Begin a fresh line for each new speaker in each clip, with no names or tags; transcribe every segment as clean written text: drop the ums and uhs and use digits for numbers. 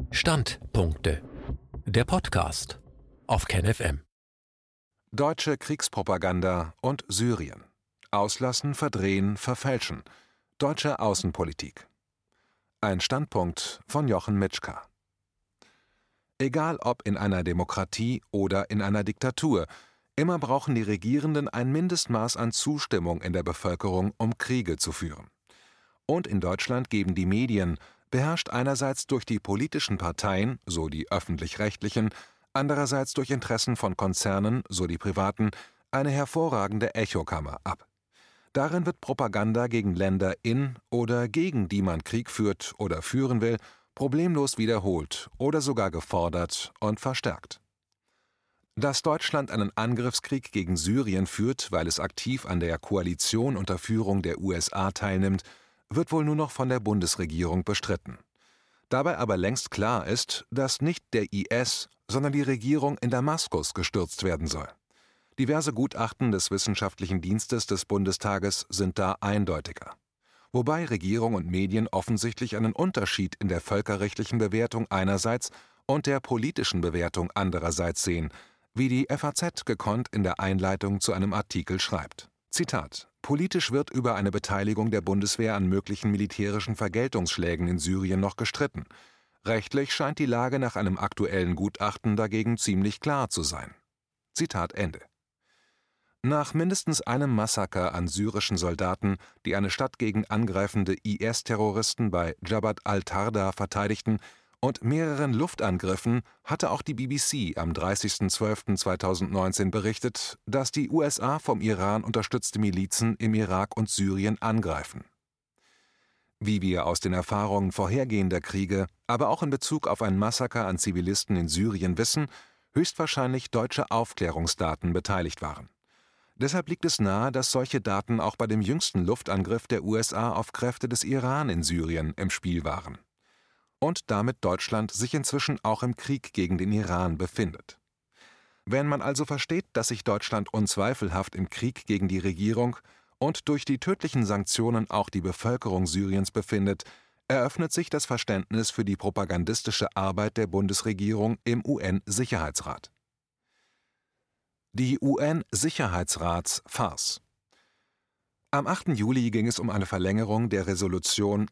Standpunkte. Der Podcast auf KenFM.
Deutsche Kriegspropaganda und Syrien. Auslassen, verdrehen, verfälschen. Deutsche Außenpolitik. Ein Standpunkt von Jochen Mitschka. Egal ob in einer Demokratie oder in einer Diktatur, immer brauchen die Regierenden ein Mindestmaß an Zustimmung in der Bevölkerung, um Kriege zu führen. Und in Deutschland geben die Medien, beherrscht einerseits durch die politischen Parteien, so die öffentlich-rechtlichen, andererseits durch Interessen von Konzernen, so die privaten, eine hervorragende Echokammer ab. Darin wird Propaganda gegen Länder in oder gegen die man Krieg führt oder führen will, problemlos wiederholt oder sogar gefordert und verstärkt. Dass Deutschland einen Angriffskrieg gegen Syrien führt, weil es aktiv an der Koalition unter Führung der USA teilnimmt, wird wohl nur noch von der Bundesregierung bestritten. Dabei aber längst klar ist, dass nicht der IS, sondern die Regierung in Damaskus gestürzt werden soll. Diverse Gutachten des Wissenschaftlichen Dienstes des Bundestages sind da eindeutiger. Wobei Regierung und Medien offensichtlich einen Unterschied in der völkerrechtlichen Bewertung einerseits und der politischen Bewertung andererseits sehen, wie die FAZ gekonnt in der Einleitung zu einem Artikel schreibt. Zitat: Politisch wird über eine Beteiligung der Bundeswehr an möglichen militärischen Vergeltungsschlägen in Syrien noch gestritten. Rechtlich scheint die Lage nach einem aktuellen Gutachten dagegen ziemlich klar zu sein. Zitat Ende. Nach mindestens einem Massaker an syrischen Soldaten, die eine Stadt gegen angreifende IS-Terroristen bei Jabhat al-Tarda verteidigten, und mehreren Luftangriffen hatte auch die BBC am 30.12.2019 berichtet, dass die USA vom Iran unterstützte Milizen im Irak und Syrien angreifen. Wie wir aus den Erfahrungen vorhergehender Kriege, aber auch in Bezug auf ein Massaker an Zivilisten in Syrien wissen, höchstwahrscheinlich deutsche Aufklärungsdaten beteiligt waren. Deshalb liegt es nahe, dass solche Daten auch bei dem jüngsten Luftangriff der USA auf Kräfte des Iran in Syrien im Spiel waren. Und damit Deutschland sich inzwischen auch im Krieg gegen den Iran befindet. Wenn man also versteht, dass sich Deutschland unzweifelhaft im Krieg gegen die Regierung und durch die tödlichen Sanktionen auch die Bevölkerung Syriens befindet, eröffnet sich das Verständnis für die propagandistische Arbeit der Bundesregierung im UN-Sicherheitsrat. Die UN-Sicherheitsrats-Farce. Am 8. Juli ging es um eine Verlängerung der Resolution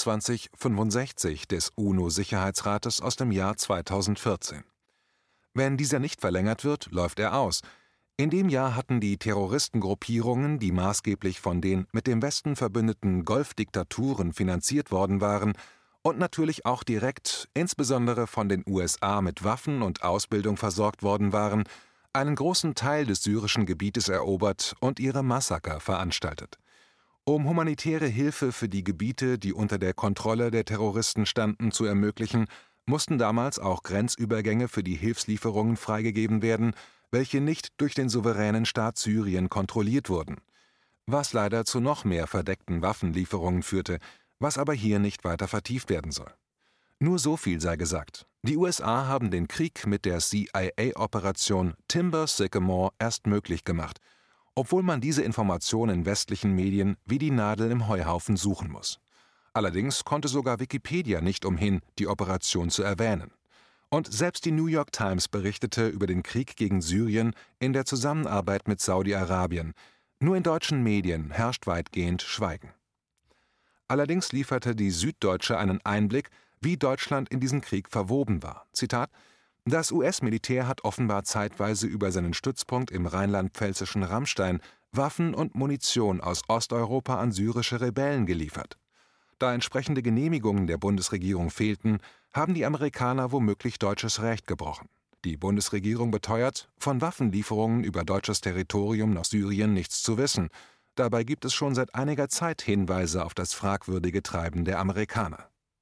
2165 des UNO-Sicherheitsrates aus dem Jahr 2014. Wenn dieser nicht verlängert wird, läuft er aus. In dem Jahr hatten die Terroristengruppierungen, die maßgeblich von den mit dem Westen verbündeten Golfdiktaturen finanziert worden waren und natürlich auch direkt, insbesondere von den USA mit Waffen und Ausbildung versorgt worden waren, einen großen Teil des syrischen Gebietes erobert und ihre Massaker veranstaltet. Um humanitäre Hilfe für die Gebiete, die unter der Kontrolle der Terroristen standen, zu ermöglichen, mussten damals auch Grenzübergänge für die Hilfslieferungen freigegeben werden, welche nicht durch den souveränen Staat Syrien kontrolliert wurden. Was leider zu noch mehr verdeckten Waffenlieferungen führte, was aber hier nicht weiter vertieft werden soll. Nur so viel sei gesagt. Die USA haben den Krieg mit der CIA-Operation Timber Sycamore erst möglich gemacht, obwohl man diese Information in westlichen Medien wie die Nadel im Heuhaufen suchen muss. Allerdings konnte sogar Wikipedia nicht umhin, die Operation zu erwähnen. Und selbst die New York Times berichtete über den Krieg gegen Syrien in der Zusammenarbeit mit Saudi-Arabien. Nur in deutschen Medien herrscht weitgehend Schweigen. Allerdings lieferte die Süddeutsche einen Einblick, wie Deutschland in diesen Krieg verwoben war. Zitat: Das US-Militär hat offenbar zeitweise über seinen Stützpunkt im rheinland-pfälzischen Rammstein Waffen und Munition aus Osteuropa an syrische Rebellen geliefert. Da entsprechende Genehmigungen der Bundesregierung fehlten, haben die Amerikaner womöglich deutsches Recht gebrochen. Die Bundesregierung beteuert, von Waffenlieferungen über deutsches Territorium nach Syrien nichts zu wissen. Dabei gibt es schon seit einiger Zeit Hinweise auf das fragwürdige Treiben der Amerikaner.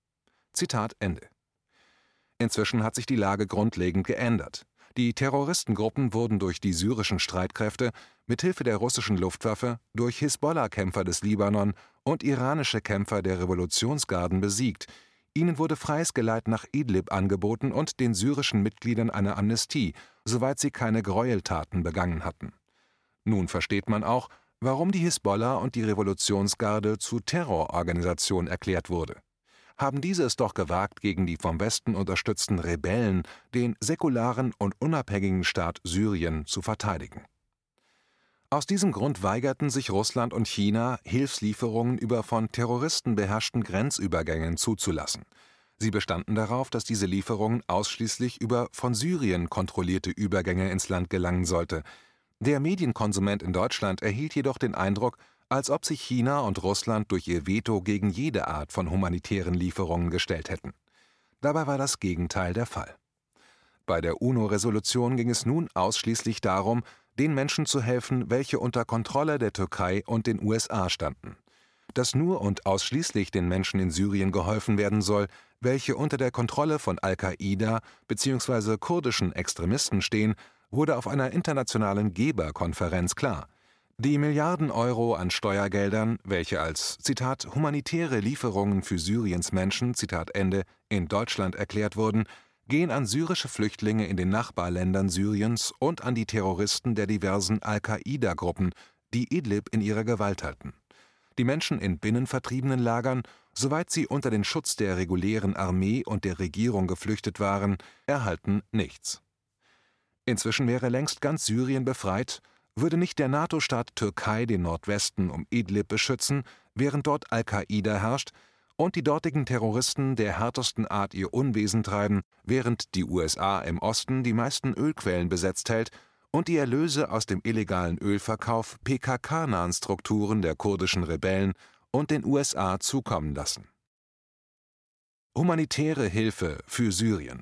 Zitat Ende. Inzwischen hat sich die Lage grundlegend geändert. Die Terroristengruppen wurden durch die syrischen Streitkräfte, mithilfe der russischen Luftwaffe, durch Hisbollah-Kämpfer des Libanon und iranische Kämpfer der Revolutionsgarden besiegt. Ihnen wurde freies Geleit nach Idlib angeboten und den syrischen Mitgliedern eine Amnestie, soweit sie keine Gräueltaten begangen hatten. Nun versteht man auch, warum die Hisbollah und die Revolutionsgarde zu Terrororganisation erklärt wurde. haben diese es doch gewagt, gegen die vom Westen unterstützten Rebellen den säkularen und unabhängigen Staat Syrien zu verteidigen. Aus diesem Grund weigerten sich Russland und China, Hilfslieferungen über von Terroristen beherrschten Grenzübergängen zuzulassen. Sie bestanden darauf, dass diese Lieferungen ausschließlich über von Syrien kontrollierte Übergänge ins Land gelangen sollte. Der Medienkonsument in Deutschland erhielt jedoch den Eindruck, als ob sich China und Russland durch ihr Veto gegen jede Art von humanitären Lieferungen gestellt hätten. Dabei war das Gegenteil der Fall. Bei der UNO-Resolution ging es nun ausschließlich darum, den Menschen zu helfen, welche unter Kontrolle der Türkei und den USA standen. Dass nur und ausschließlich den Menschen in Syrien geholfen werden soll, welche unter der Kontrolle von Al-Qaida bzw. kurdischen Extremisten stehen, wurde auf einer internationalen Geberkonferenz klar. Die Milliarden Euro an Steuergeldern, welche als, Zitat, humanitäre Lieferungen für Syriens Menschen, Zitat Ende, in Deutschland erklärt wurden, gehen an syrische Flüchtlinge in den Nachbarländern Syriens und an die Terroristen der diversen Al-Qaida-Gruppen, die Idlib in ihrer Gewalt halten. Die Menschen in binnenvertriebenen Lagern, soweit sie unter den Schutz der regulären Armee und der Regierung geflüchtet waren, erhalten nichts. Inzwischen wäre längst ganz Syrien befreit, würde nicht der NATO-Staat Türkei den Nordwesten um Idlib beschützen, während dort Al-Qaida herrscht und die dortigen Terroristen der härtesten Art ihr Unwesen treiben, während die USA im Osten die meisten Ölquellen besetzt hält und die Erlöse aus dem illegalen Ölverkauf PKK-nahen Strukturen der kurdischen Rebellen und den USA zukommen lassen. Humanitäre Hilfe für Syrien.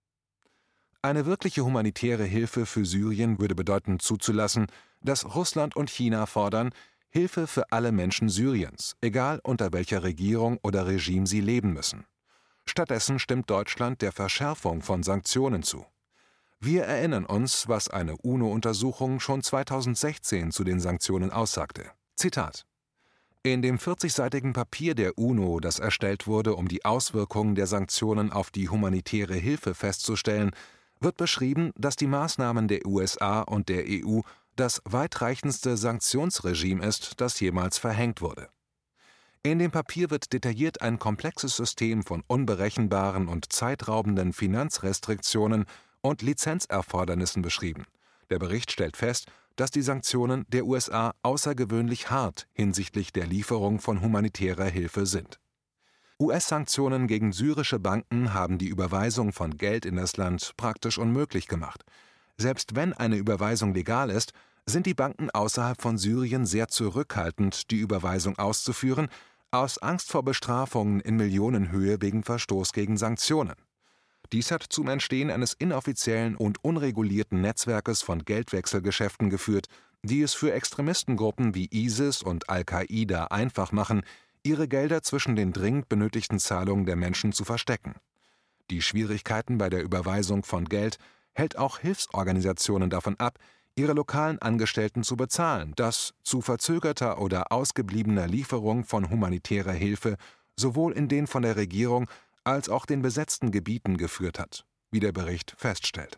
Eine wirkliche humanitäre Hilfe für Syrien würde bedeuten zuzulassen, dass Russland und China fordern, Hilfe für alle Menschen Syriens, egal unter welcher Regierung oder Regime sie leben müssen. Stattdessen stimmt Deutschland der Verschärfung von Sanktionen zu. Wir erinnern uns, was eine UNO-Untersuchung schon 2016 zu den Sanktionen aussagte. Zitat: In dem 40-seitigen Papier der UNO, das erstellt wurde, um die Auswirkungen der Sanktionen auf die humanitäre Hilfe festzustellen, wird beschrieben, dass die Maßnahmen der USA und der EU das weitreichendste Sanktionsregime ist, das jemals verhängt wurde. In dem Papier wird detailliert ein komplexes System von unberechenbaren und zeitraubenden Finanzrestriktionen und Lizenzerfordernissen beschrieben. Der Bericht stellt fest, dass die Sanktionen der USA außergewöhnlich hart hinsichtlich der Lieferung von humanitärer Hilfe sind. US-Sanktionen gegen syrische Banken haben die Überweisung von Geld in das Land praktisch unmöglich gemacht. Selbst wenn eine Überweisung legal ist, sind die Banken außerhalb von Syrien sehr zurückhaltend, die Überweisung auszuführen, aus Angst vor Bestrafungen in Millionenhöhe wegen Verstoß gegen Sanktionen. Dies hat zum Entstehen eines inoffiziellen und unregulierten Netzwerkes von Geldwechselgeschäften geführt, die es für Extremistengruppen wie ISIS und Al-Qaida einfach machen, ihre Gelder zwischen den dringend benötigten Zahlungen der Menschen zu verstecken. Die Schwierigkeiten bei der Überweisung von Geld hält auch Hilfsorganisationen davon ab, ihre lokalen Angestellten zu bezahlen, das zu verzögerter oder ausgebliebener Lieferung von humanitärer Hilfe sowohl in den von der Regierung als auch den besetzten Gebieten geführt hat, wie der Bericht feststellt.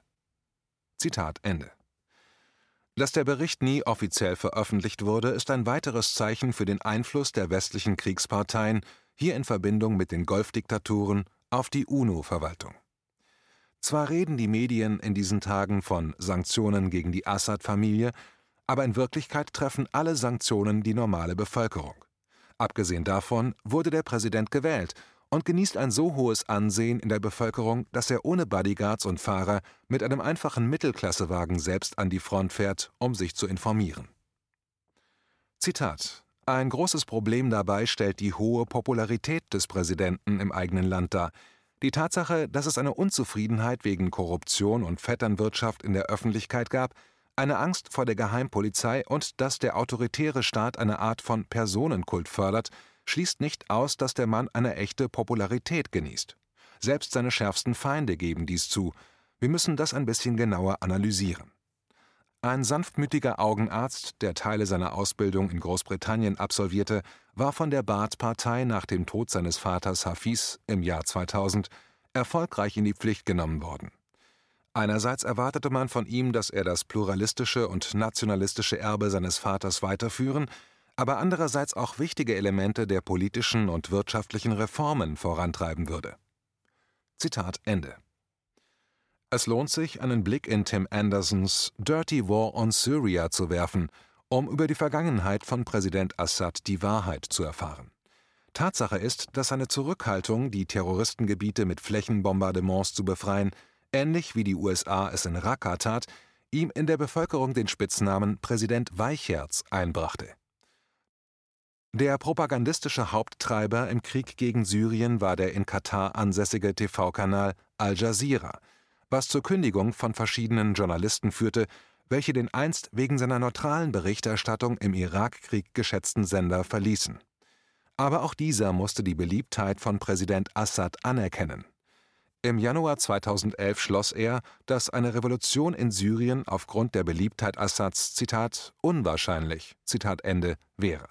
Zitat Ende. Dass der Bericht nie offiziell veröffentlicht wurde, ist ein weiteres Zeichen für den Einfluss der westlichen Kriegsparteien, hier in Verbindung mit den Golfdiktaturen, auf die UNO-Verwaltung. Zwar reden die Medien in diesen Tagen von Sanktionen gegen die Assad-Familie, aber in Wirklichkeit treffen alle Sanktionen die normale Bevölkerung. Abgesehen davon wurde der Präsident gewählt und genießt ein so hohes Ansehen in der Bevölkerung, dass er ohne Bodyguards und Fahrer mit einem einfachen Mittelklassewagen selbst an die Front fährt, um sich zu informieren. Zitat: Ein großes Problem dabei stellt die hohe Popularität des Präsidenten im eigenen Land dar. Die Tatsache, dass es eine Unzufriedenheit wegen Korruption und Vetternwirtschaft in der Öffentlichkeit gab, eine Angst vor der Geheimpolizei und dass der autoritäre Staat eine Art von Personenkult fördert, schließt nicht aus, dass der Mann eine echte Popularität genießt. Selbst seine schärfsten Feinde geben dies zu. Wir müssen das ein bisschen genauer analysieren. Ein sanftmütiger Augenarzt, der Teile seiner Ausbildung in Großbritannien absolvierte, war von der Baath-Partei nach dem Tod seines Vaters Hafiz im Jahr 2000 erfolgreich in die Pflicht genommen worden. Einerseits erwartete man von ihm, dass er das pluralistische und nationalistische Erbe seines Vaters weiterführen, aber andererseits auch wichtige Elemente der politischen und wirtschaftlichen Reformen vorantreiben würde. Zitat Ende. Es lohnt sich, einen Blick in Tim Andersons Dirty War on Syria zu werfen, um über die Vergangenheit von Präsident Assad die Wahrheit zu erfahren. Tatsache ist, dass seine Zurückhaltung, die Terroristengebiete mit Flächenbombardements zu befreien, ähnlich wie die USA es in Raqqa tat, ihm in der Bevölkerung den Spitznamen Präsident Weichherz einbrachte. Der propagandistische Haupttreiber im Krieg gegen Syrien war der in Katar ansässige TV-Kanal Al Jazeera, was zur Kündigung von verschiedenen Journalisten führte, welche den einst wegen seiner neutralen Berichterstattung im Irakkrieg geschätzten Sender verließen. Aber auch dieser musste die Beliebtheit von Präsident Assad anerkennen. Im Januar 2011 schloss er, dass eine Revolution in Syrien aufgrund der Beliebtheit Assads, Zitat, unwahrscheinlich, Zitat Ende, wäre.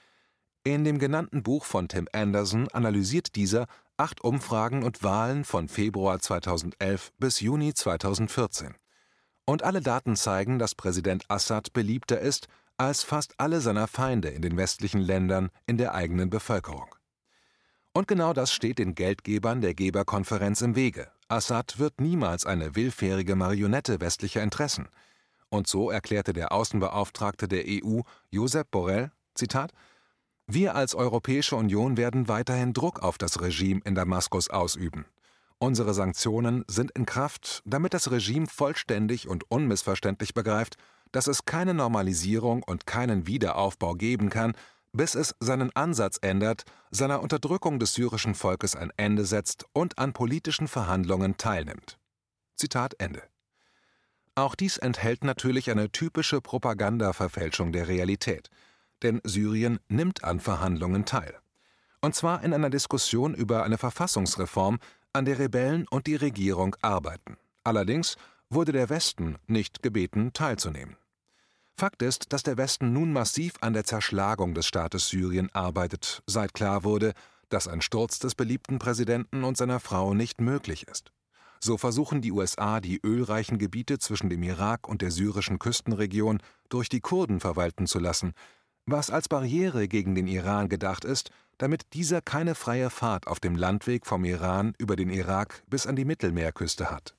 In dem genannten Buch von Tim Anderson analysiert dieser 8 Umfragen und Wahlen von Februar 2011 bis Juni 2014. Und alle Daten zeigen, dass Präsident Assad beliebter ist als fast alle seiner Feinde in den westlichen Ländern in der eigenen Bevölkerung. Und genau das steht den Geldgebern der Geberkonferenz im Wege. Assad wird niemals eine willfährige Marionette westlicher Interessen. Und so erklärte der Außenbeauftragte der EU, Josep Borrell, Zitat, wir als Europäische Union werden weiterhin Druck auf das Regime in Damaskus ausüben. Unsere Sanktionen sind in Kraft, damit das Regime vollständig und unmissverständlich begreift, dass es keine Normalisierung und keinen Wiederaufbau geben kann, bis es seinen Ansatz ändert, seiner Unterdrückung des syrischen Volkes ein Ende setzt und an politischen Verhandlungen teilnimmt. Zitat Ende. Auch dies enthält natürlich eine typische Propagandaverfälschung der Realität. Denn Syrien nimmt an Verhandlungen teil. Und zwar in einer Diskussion über eine Verfassungsreform, an der Rebellen und die Regierung arbeiten. Allerdings wurde der Westen nicht gebeten, teilzunehmen. Fakt ist, dass der Westen nun massiv an der Zerschlagung des Staates Syrien arbeitet, seit klar wurde, dass ein Sturz des beliebten Präsidenten und seiner Frau nicht möglich ist. So versuchen die USA, die ölreichen Gebiete zwischen dem Irak und der syrischen Küstenregion durch die Kurden verwalten zu lassen, was als Barriere gegen den Iran gedacht ist, damit dieser keine freie Fahrt auf dem Landweg vom Iran über den Irak bis an die Mittelmeerküste hat.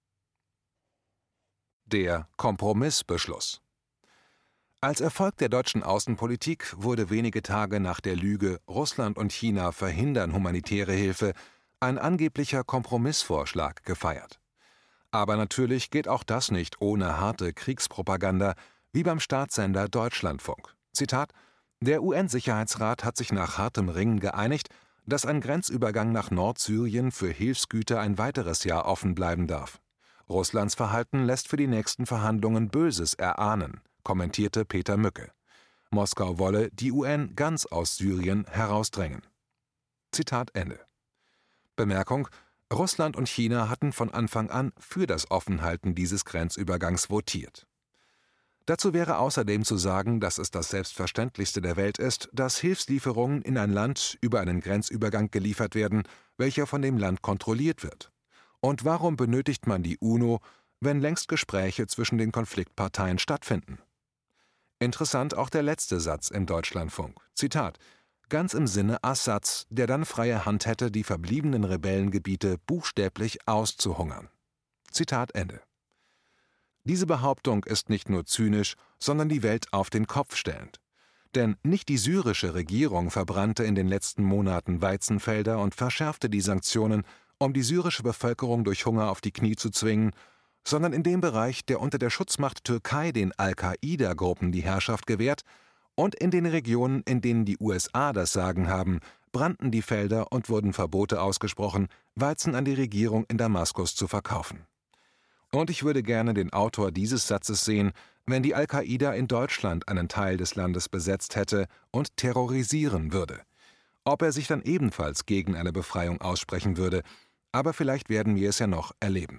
Der Kompromissbeschluss. Als Erfolg der deutschen Außenpolitik wurde wenige Tage nach der Lüge Russland und China verhindern humanitäre Hilfe ein angeblicher Kompromissvorschlag gefeiert. Aber natürlich geht auch das nicht ohne harte Kriegspropaganda, wie beim Staatssender Deutschlandfunk. Zitat: Der UN-Sicherheitsrat hat sich nach hartem Ringen geeinigt, dass ein Grenzübergang nach Nordsyrien für Hilfsgüter ein weiteres Jahr offen bleiben darf. Russlands Verhalten lässt für die nächsten Verhandlungen Böses erahnen, kommentierte Peter Mücke. Moskau wolle die UN ganz aus Syrien herausdrängen. Zitat Ende. Bemerkung: Russland und China hatten von Anfang an für das Offenhalten dieses Grenzübergangs votiert. Dazu wäre außerdem zu sagen, dass es das Selbstverständlichste der Welt ist, dass Hilfslieferungen in ein Land über einen Grenzübergang geliefert werden, welcher von dem Land kontrolliert wird. Und warum benötigt man die UNO, wenn längst Gespräche zwischen den Konfliktparteien stattfinden? Interessant auch der letzte Satz im Deutschlandfunk. Zitat: Ganz im Sinne Assads, der dann freie Hand hätte, die verbliebenen Rebellengebiete buchstäblich auszuhungern. Zitat Ende. Diese Behauptung ist nicht nur zynisch, sondern die Welt auf den Kopf stellend. Denn nicht die syrische Regierung verbrannte in den letzten Monaten Weizenfelder und verschärfte die Sanktionen, um die syrische Bevölkerung durch Hunger auf die Knie zu zwingen, sondern in dem Bereich, der unter der Schutzmacht Türkei den Al-Qaida-Gruppen die Herrschaft gewährt, und in den Regionen, in denen die USA das Sagen haben, brannten die Felder und wurden Verbote ausgesprochen, Weizen an die Regierung in Damaskus zu verkaufen. Und ich würde gerne den Autor dieses Satzes sehen, wenn die Al-Qaida in Deutschland einen Teil des Landes besetzt hätte und terrorisieren würde. Ob er sich dann ebenfalls gegen eine Befreiung aussprechen würde, aber vielleicht werden wir es ja noch erleben.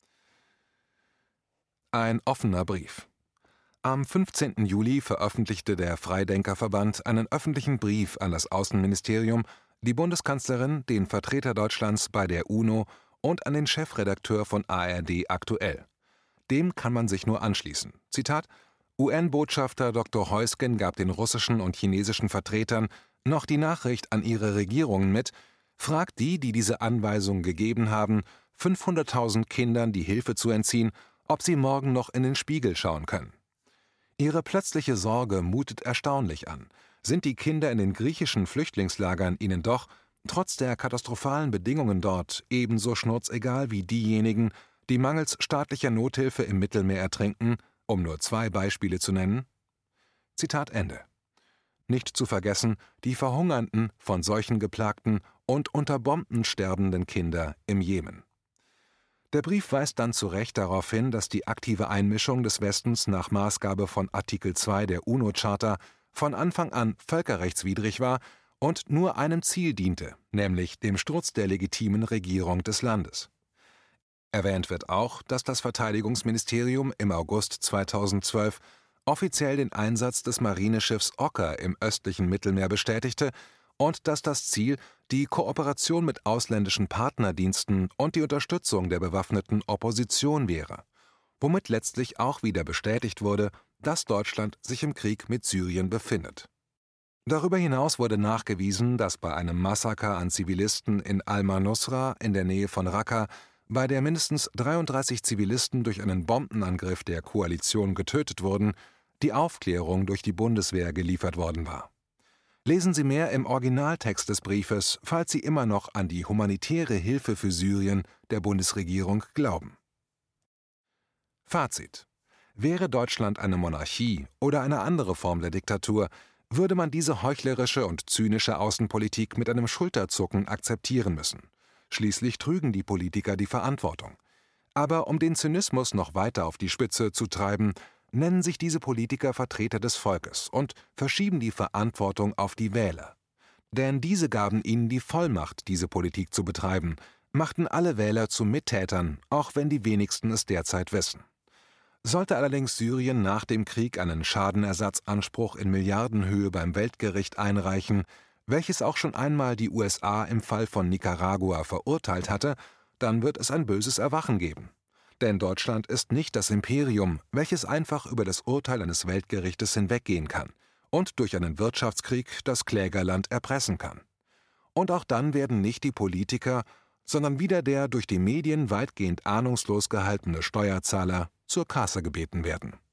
Ein offener Brief. Am 15. Juli veröffentlichte der Freidenkerverband einen öffentlichen Brief an das Außenministerium, die Bundeskanzlerin, den Vertreter Deutschlands bei der UNO und an den Chefredakteur von ARD Aktuell. Dem kann man sich nur anschließen. Zitat: UN-Botschafter Dr. Heusgen gab den russischen und chinesischen Vertretern noch die Nachricht an ihre Regierungen mit: Fragt die diese Anweisung gegeben haben, 500.000 Kindern die Hilfe zu entziehen, ob sie morgen noch in den Spiegel schauen können. Ihre plötzliche Sorge mutet erstaunlich an. Sind die Kinder in den griechischen Flüchtlingslagern ihnen doch, trotz der katastrophalen Bedingungen dort, ebenso schnurzegal wie diejenigen, die mangels staatlicher Nothilfe im Mittelmeer ertrinken, um nur 2 Beispiele zu nennen? Zitat Ende. Nicht zu vergessen die verhungernden, von Seuchen geplagten und unter Bomben sterbenden Kinder im Jemen. Der Brief weist dann zu Recht darauf hin, dass die aktive Einmischung des Westens nach Maßgabe von Artikel 2 der UNO-Charta von Anfang an völkerrechtswidrig war und nur einem Ziel diente, nämlich dem Sturz der legitimen Regierung des Landes. Erwähnt wird auch, dass das Verteidigungsministerium im August 2012 offiziell den Einsatz des Marineschiffs Oker im östlichen Mittelmeer bestätigte und dass das Ziel die Kooperation mit ausländischen Partnerdiensten und die Unterstützung der bewaffneten Opposition wäre, womit letztlich auch wieder bestätigt wurde, dass Deutschland sich im Krieg mit Syrien befindet. Darüber hinaus wurde nachgewiesen, dass bei einem Massaker an Zivilisten in Al-Manusra in der Nähe von Raqqa, bei der mindestens 33 Zivilisten durch einen Bombenangriff der Koalition getötet wurden, die Aufklärung durch die Bundeswehr geliefert worden war. Lesen Sie mehr im Originaltext des Briefes, falls Sie immer noch an die humanitäre Hilfe für Syrien der Bundesregierung glauben. Fazit: Wäre Deutschland eine Monarchie oder eine andere Form der Diktatur, würde man diese heuchlerische und zynische Außenpolitik mit einem Schulterzucken akzeptieren müssen. Schließlich trügen die Politiker die Verantwortung. Aber um den Zynismus noch weiter auf die Spitze zu treiben, nennen sich diese Politiker Vertreter des Volkes und verschieben die Verantwortung auf die Wähler. Denn diese gaben ihnen die Vollmacht, diese Politik zu betreiben, machten alle Wähler zu Mittätern, auch wenn die wenigsten es derzeit wissen. Sollte allerdings Syrien nach dem Krieg einen Schadenersatzanspruch in Milliardenhöhe beim Weltgericht einreichen, welches auch schon einmal die USA im Fall von Nicaragua verurteilt hatte, dann wird es ein böses Erwachen geben. Denn Deutschland ist nicht das Imperium, welches einfach über das Urteil eines Weltgerichtes hinweggehen kann und durch einen Wirtschaftskrieg das Klägerland erpressen kann. Und auch dann werden nicht die Politiker, sondern wieder der durch die Medien weitgehend ahnungslos gehaltene Steuerzahler zur Kasse gebeten werden.